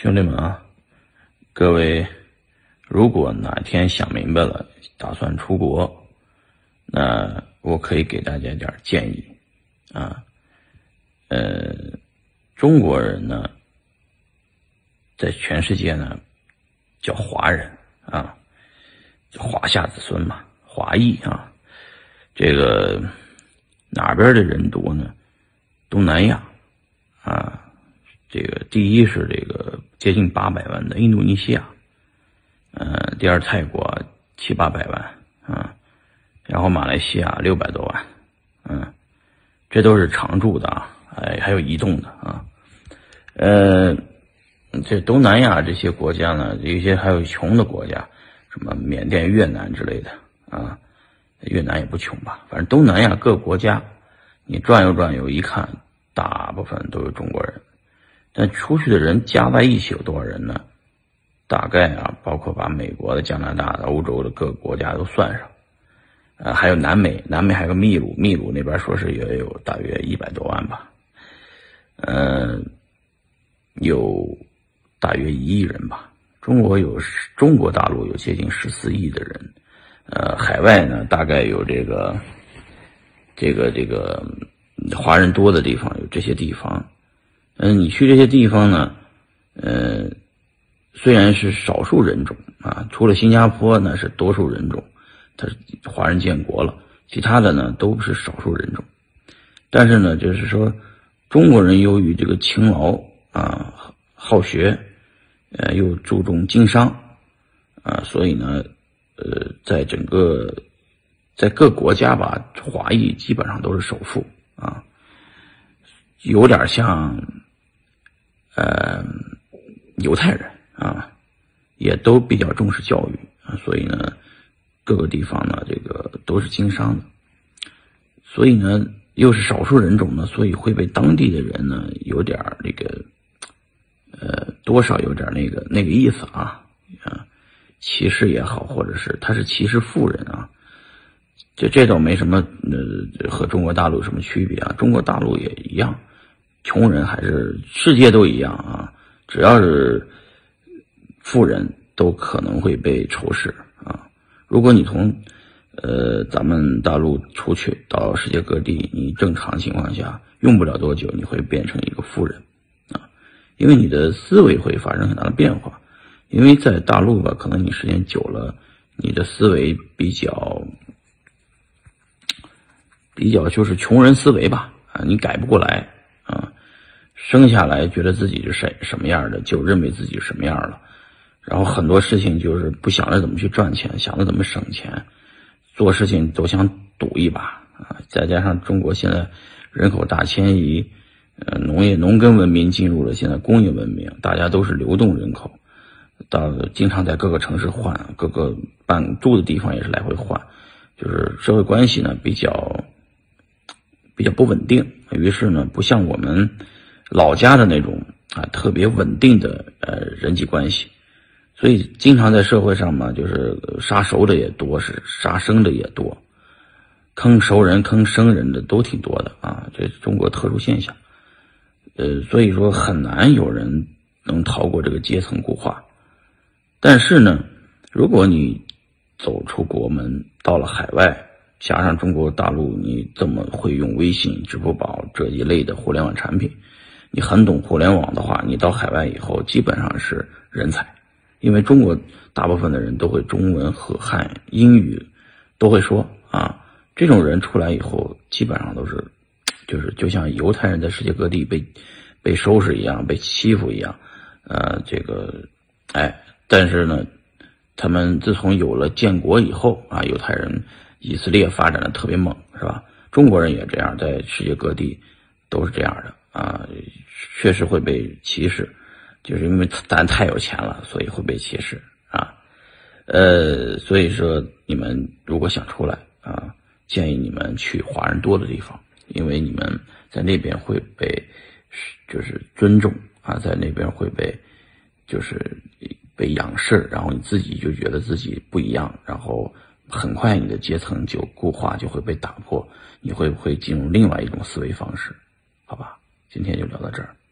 兄弟们啊，各位，如果哪天想明白了，打算出国，那我可以给大家点建议啊。中国人呢，在全世界呢叫华人啊，叫华夏子孙嘛，华裔啊。这个哪边的人多呢？东南亚啊。这个第一是这个接近800万的印度尼西亚，第二泰国700-800万啊，然后马来西亚600多万，这都是常住的啊，还有移动的啊，这东南亚这些国家呢，有些还有穷的国家，什么缅甸、越南之类的啊，越南也不穷吧，反正东南亚各国家，你转悠转悠一看，大部分都是中国人。但出去的人加在一起有多少人呢？大概啊，包括把美国的、加拿大的、欧洲的各个国家都算上，还有南美还有个秘鲁那边说是也有大约100多万吧，有大约1亿人吧。中国大陆有接近14亿的人，海外呢大概有这个华人多的地方有这些地方。你去这些地方呢，虽然是少数人种啊，除了新加坡呢是多数人种，它是华人建国了，其他的呢都是少数人种。但是呢，就是说中国人由于这个勤劳啊、好学，又注重经商啊，所以呢，在各国家吧，华裔基本上都是首富啊，有点像。犹太人啊，也都比较重视教育啊，所以呢，各个地方呢，这个都是经商的，所以呢，又是少数人种呢，所以会被当地的人呢，有点这个，多少有点那个意思啊，歧视也好，或者是他是歧视富人啊，这倒没什么，和中国大陆有什么区别啊？中国大陆也一样。穷人还是世界都一样啊，只要是富人都可能会被仇视啊。如果你从咱们大陆出去到世界各地，你正常情况下用不了多久，你会变成一个富人啊，因为你的思维会发生很大的变化。因为在大陆吧，可能你时间久了，你的思维比较就是穷人思维吧啊，你改不过来。生下来觉得自己是什么样的，就认为自己什么样了，然后很多事情就是不想着怎么去赚钱，想着怎么省钱，做事情都想赌一把啊！再加上中国现在人口大迁移，农耕文明进入了现在工业文明，大家都是流动人口，经常在各个城市换，各个住的地方也是来回换，就是社会关系呢比较不稳定，于是呢不像我们老家的那种啊特别稳定的人际关系，所以经常在社会上嘛，就是杀熟的也多，是杀生的也多，坑熟人坑生人的都挺多的啊，这是中国特殊现象。所以说很难有人能逃过这个阶层固化。但是呢，如果你走出国门到了海外，加上中国大陆，你这么会用微信、支付宝这一类的互联网产品，你很懂互联网的话，你到海外以后基本上是人才，因为中国大部分的人都会中文和汉英语都会说啊，这种人出来以后基本上都是就像犹太人在世界各地被收拾一样，被欺负一样，但是呢，他们自从有了建国以后啊，犹太人以色列发展的特别猛，是吧？中国人也这样，在世界各地都是这样的啊，确实会被歧视，就是因为咱太有钱了，所以会被歧视啊。所以说你们如果想出来啊，建议你们去华人多的地方，因为你们在那边会被就是尊重啊，在那边会被仰视，然后你自己就觉得自己不一样，然后很快你的阶层就固化，就会被打破，你会进入另外一种思维方式，好吧？今天就聊到这儿。